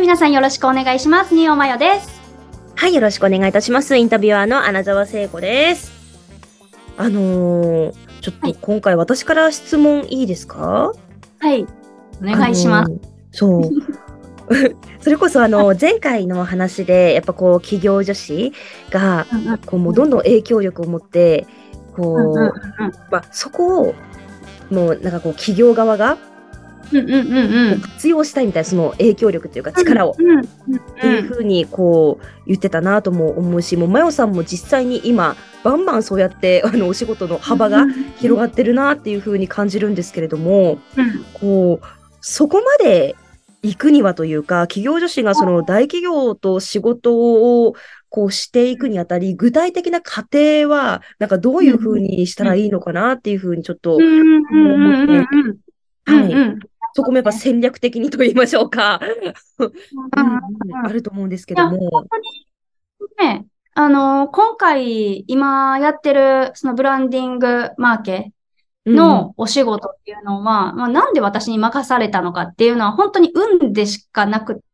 皆さんよろしくお願いします。新尾真代です。 はい、よろしくお願いいたします。インタビュアーの穴澤聖子です。ちょっと今回私から質問いいですか？ はい、お願いします。 そう。それこそ前回の話でやっぱこう企業女子がこうもうどんどん影響力を持ってそこをもうなんかこう企業側が活用したいみたいな、その影響力というか力をっていう風にこう言ってたなとも思うし、もうマヨさんも実際に今バンバンそうやってお仕事の幅が広がってるなっていう風に感じるんですけれども、こうそこまで行くにはというか、企業女子がその大企業と仕事をこうしていくにあたり、具体的な過程はなんかどういう風にしたらいいのかなっていう風にちょっと思って、はい。そこもやっぱ戦略的にと言いましょうか。あると思うんですけども。 本当にね、今回今やってるそのブランディングマーケのお仕事っていうのは、なんで私に任されたのかっていうのは本当に運でしかなくって、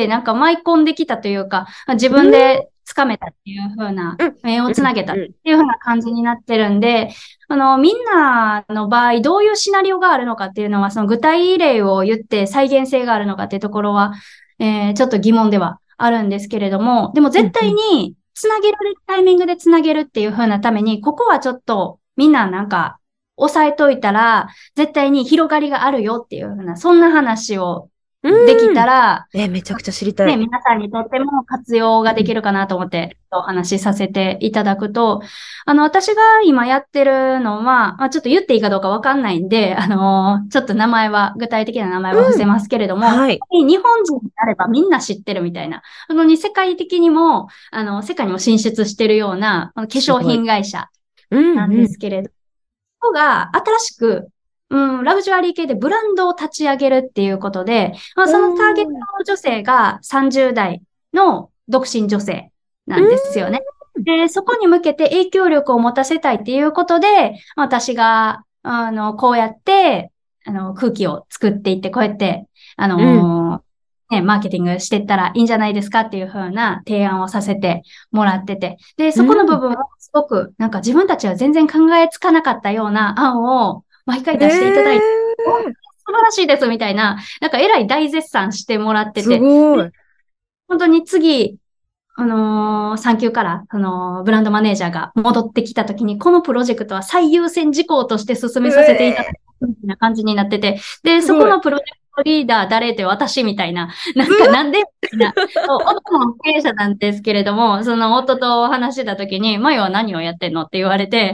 なんか舞い込んできたというか、自分で掴めたっていう風な、面をつなげたっていう風な感じになってるんで、みんなの場合どういうシナリオがあるのかっていうのは、その具体例を言って再現性があるのかっていうところは、ちょっと疑問ではあるんですけれども、でも絶対につなげられるタイミングでつなげるっていう風なために、ここはちょっとみんななんか押さえといたら、絶対に広がりがあるよっていう風な、そんな話をできたら、 めちゃくちゃ知りたい。 皆さんにとっても活用ができるかなと思ってお話しさせていただくと、私が今やってるのは、ちょっと言っていいかどうかわかんないんで、ちょっと具体的な名前は伏せますけれども、日本人であればみんな知ってるみたいな、世界的にも、世界にも進出してるような、化粧品会社なんですけれど、ここが新しく、ラグジュアリー系でブランドを立ち上げるっていうことで、そのターゲットの女性が30代の独身女性なんですよね。で、そこに向けて影響力を持たせたいっていうことで、私が、こうやって、空気を作っていって、こうやって、マーケティングしていったらいいんじゃないですかっていう風な提案をさせてもらってて。で、そこの部分をすごく、なんか自分たちは全然考えつかなかったような案を毎回出していただいて、素晴らしいですみたいな、なんかえらい大絶賛してもらってて。本当に次、産休から、ブランドマネージャーが戻ってきたときに、このプロジェクトは最優先事項として進めさせていただくみたいな感じになってて、で、そこのプロジェクトリーダー誰って私みたいな、なんでみたいな、夫も経営者なんですけれども、その夫とお話したときに、前は何をやってんのって言われて、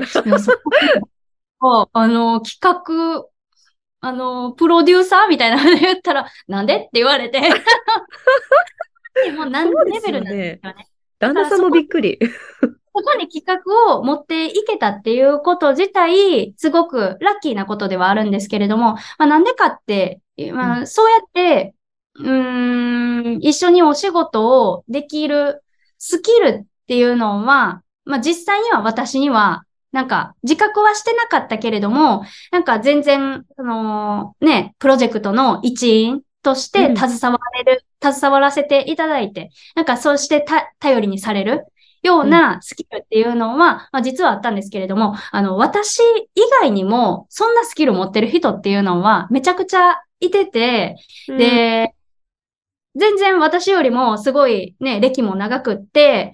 企画、プロデューサーみたいなの言ったら、なんでって言われて、もう何レベルなんですよね。 旦那さんもびっくり。 そこに企画を持っていけたっていうこと自体、すごくラッキーなことではあるんですけれども、なんでかって、そうやって、一緒にお仕事をできるスキルっていうのは、実際には私には、なんか自覚はしてなかったけれども、なんか全然、プロジェクトの一員として携わらせていただいて、なんかそうして頼りにされるようなスキルっていうのは、実はあったんですけれども、私以外にもそんなスキル持ってる人っていうのはめちゃくちゃいてて、で、全然私よりもすごいね、歴も長くって、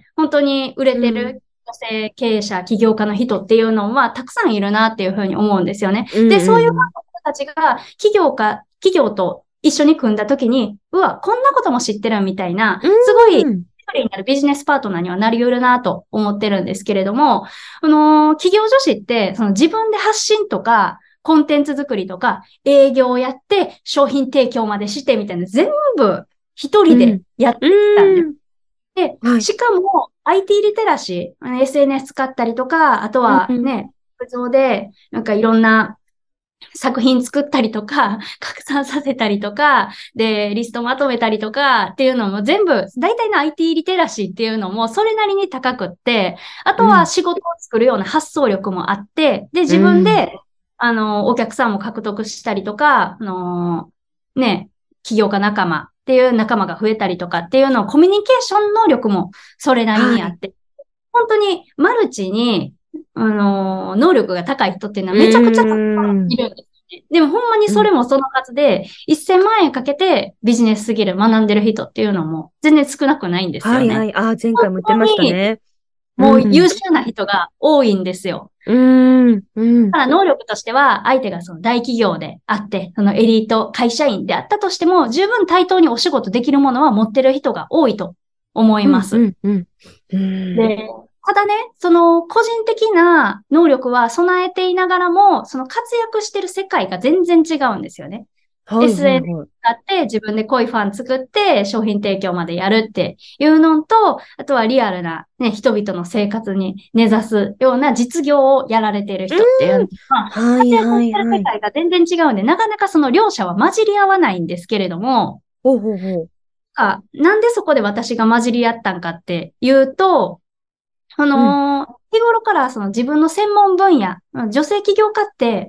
本当に売れてる女性経営者、起業家の人っていうのはたくさんいるなっていうふうに思うんですよね。で、そういう人たちが企業と一緒に組んだ時に、こんなことも知ってるみたいな、すごい、一人になるビジネスパートナーにはなり得るなと思ってるんですけれども、企業女子って、その自分で発信とか、コンテンツ作りとか、営業をやって、商品提供までしてみたいな、全部一人でやってきたんです。で、しかも IT リテラシー、SNS 使ったりとか、あとはね、ウェブ上で、なんかいろんな作品作ったりとか、拡散させたりとか、で、リストまとめたりとかっていうのも全部、大体の IT リテラシーっていうのもそれなりに高くって、あとは仕事を作るような発想力もあって、で、自分で、お客さんも獲得したりとか、起業家仲間っっていう仲間が増えたりとかっていうのをコミュニケーション能力もそれなりにあって、本当にマルチに、能力が高い人っていうのはめちゃくちゃたくさんいるんですね。でもほんまにそれもその数で1000万円かけてビジネススキル学んでる人っていうのも全然少なくないんですよね。 はい。あ、前回も言ってましたね。 もう優秀な人が多いんですよ。だから能力としては、相手がその大企業であって、そのエリート会社員であったとしても、十分対等にお仕事できるものは持ってる人が多いと思います。で、ただね、その個人的な能力は備えていながらも、その活躍してる世界が全然違うんですよね。SNS 使って自分で濃いファン作って商品提供までやるっていうのと、あとはリアルなね、人々の生活に根ざすような実業をやられている人っていうのは、活躍してる世界が全然違うんで、なかなかその両者は混じり合わないんですけれども、なんでそこで私が混じり合ったんかっていうと、日頃からその自分の専門分野、女性起業家って、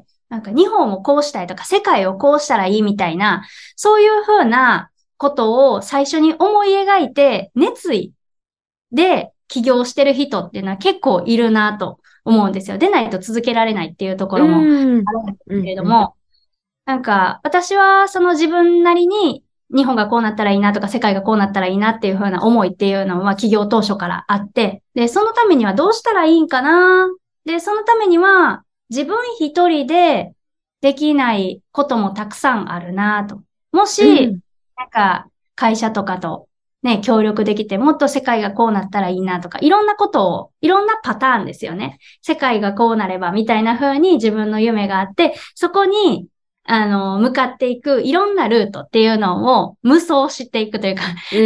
なんか日本をこうしたいとか世界をこうしたらいいみたいな、そういうふうなことを最初に思い描いて熱意で起業してる人っていうのは結構いるなと思うんですよ。でないと続けられないっていうところもあるんですけれども、なんか私はその自分なりに日本がこうなったらいいなとか世界がこうなったらいいなっていう風な思いっていうのは起業当初からあって、で、そのためにはどうしたらいいんかな。で、そのためには自分一人でできないこともたくさんあるなと。もし、なんか会社とかとね、協力できてもっと世界がこうなったらいいなとか、いろんなことを、いろんなパターンですよね。世界がこうなればみたいな風に自分の夢があって、そこに向かっていくいろんなルートっていうのを無双していくというか、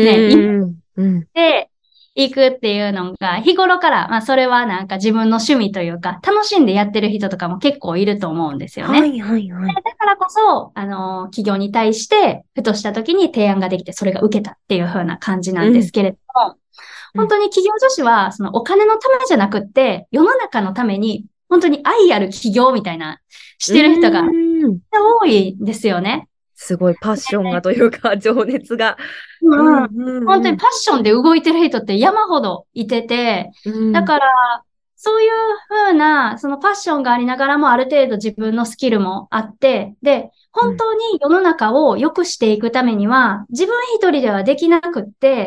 で、行くっていうのが、日頃から、まあそれはなんか自分の趣味というか、楽しんでやってる人とかも結構いると思うんですよね。だからこそ、企業に対して、ふとした時に提案ができて、それが受けたっていう風な感じなんですけれども、本当に企業女子は、そのお金のためじゃなくって、世の中のために、本当に愛ある企業みたいな、してる人が多いんですよね。 すごいパッションがというか、情熱が。 本当にパッションで動いてる人って山ほどいてて、だから、そういう風な、そのパッションがありながらもある程度自分のスキルもあって、で、本当に世の中を良くしていくためには、自分一人ではできなくって、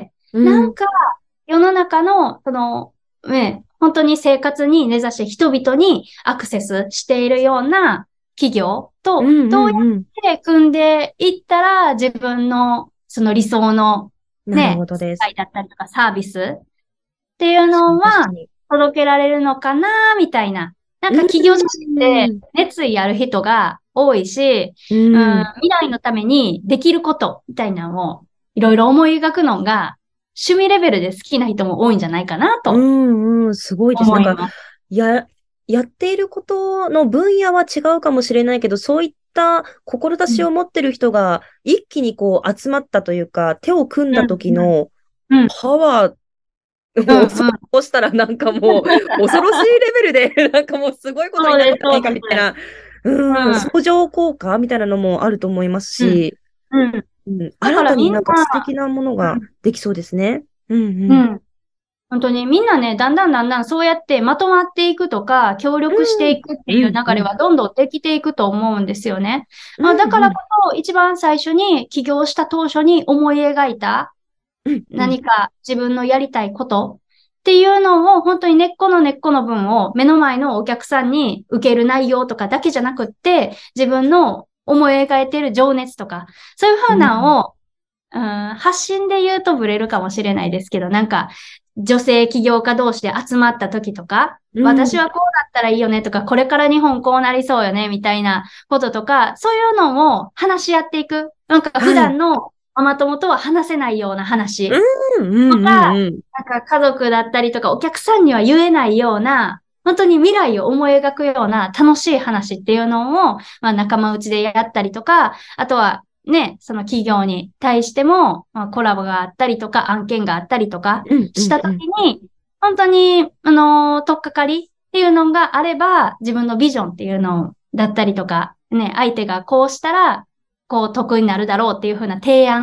なんか、世の中の、その、ね、本当に生活に根ざして人々にアクセスしているような企業と、どうやって組んでいったら自分のその理想のね、世界だったりとかサービスっていうのは届けられるのかな、みたいな。なんか企業として熱意ある人が多いし、未来のためにできることみたいなのをいろいろ思い描くのが趣味レベルで好きな人も多いんじゃないかなと。 すごいです。なんか、やっていることの分野は違うかもしれないけど、そういった志を持ってる人が一気にこう集まったというか、手を組んだ時のパワーをそうしたらなんかもう恐ろしいレベルで、なんかもうすごいことになるんじゃないかみたいな、相乗効果みたいなのもあると思いますし、新たになんか素敵なものができそうですね。 本当にみんなね、だんだんそうやってまとまっていくとか、協力していくっていう流れはどんどんできていくと思うんですよね。だからこそ一番最初に起業した当初に思い描いた何か自分のやりたいことっていうのを本当に根っこの分を目の前のお客さんに受ける内容とかだけじゃなくって、自分の思い描いている情熱とか、そういうふうなのを、発信で言うとブレるかもしれないですけど、なんか、女性起業家同士で集まった時とか、私はこうなったらいいよねとか、これから日本こうなりそうよねみたいなこととか、そういうのを話し合っていく。なんか普段のママ友とは話せないような話とか、なんか家族だったりとか、お客さんには言えないような、本当に未来を思い描くような楽しい話っていうのを、まあ仲間内でやったりとか、あとはね、その企業に対しても、まあ、コラボがあったりとか、案件があったりとかしたときに、本当に、取っかかりっていうのがあれば、自分のビジョンっていうのだったりとか、ね、相手がこうしたら、こう得になるだろうっていうふうな提案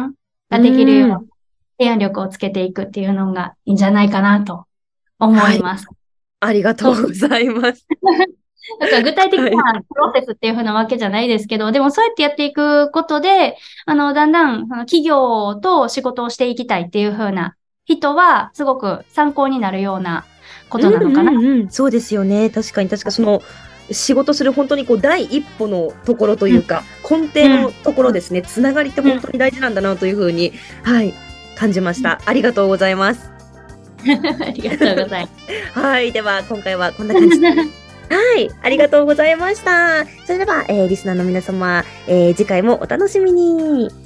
ができるように提案力をつけていくっていうのがいいんじゃないかなと思います。 ありがとうございます。 だから具体的なプロセスっていう風なわけじゃないですけど、でもそうやってやっていくことで、だんだん企業と仕事をしていきたいっていう風な人は、すごく参考になるようなことなのかな。 そうですよね。確かにその、仕事する本当に第一歩のところというか、根底のところですね。つながりって本当に大事なんだなというふうに、感じました。ありがとうございます。 ありがとうございます。 はい。では、今回はこんな感じで。ありがとうございました。それでは、リスナーの皆様、次回もお楽しみに。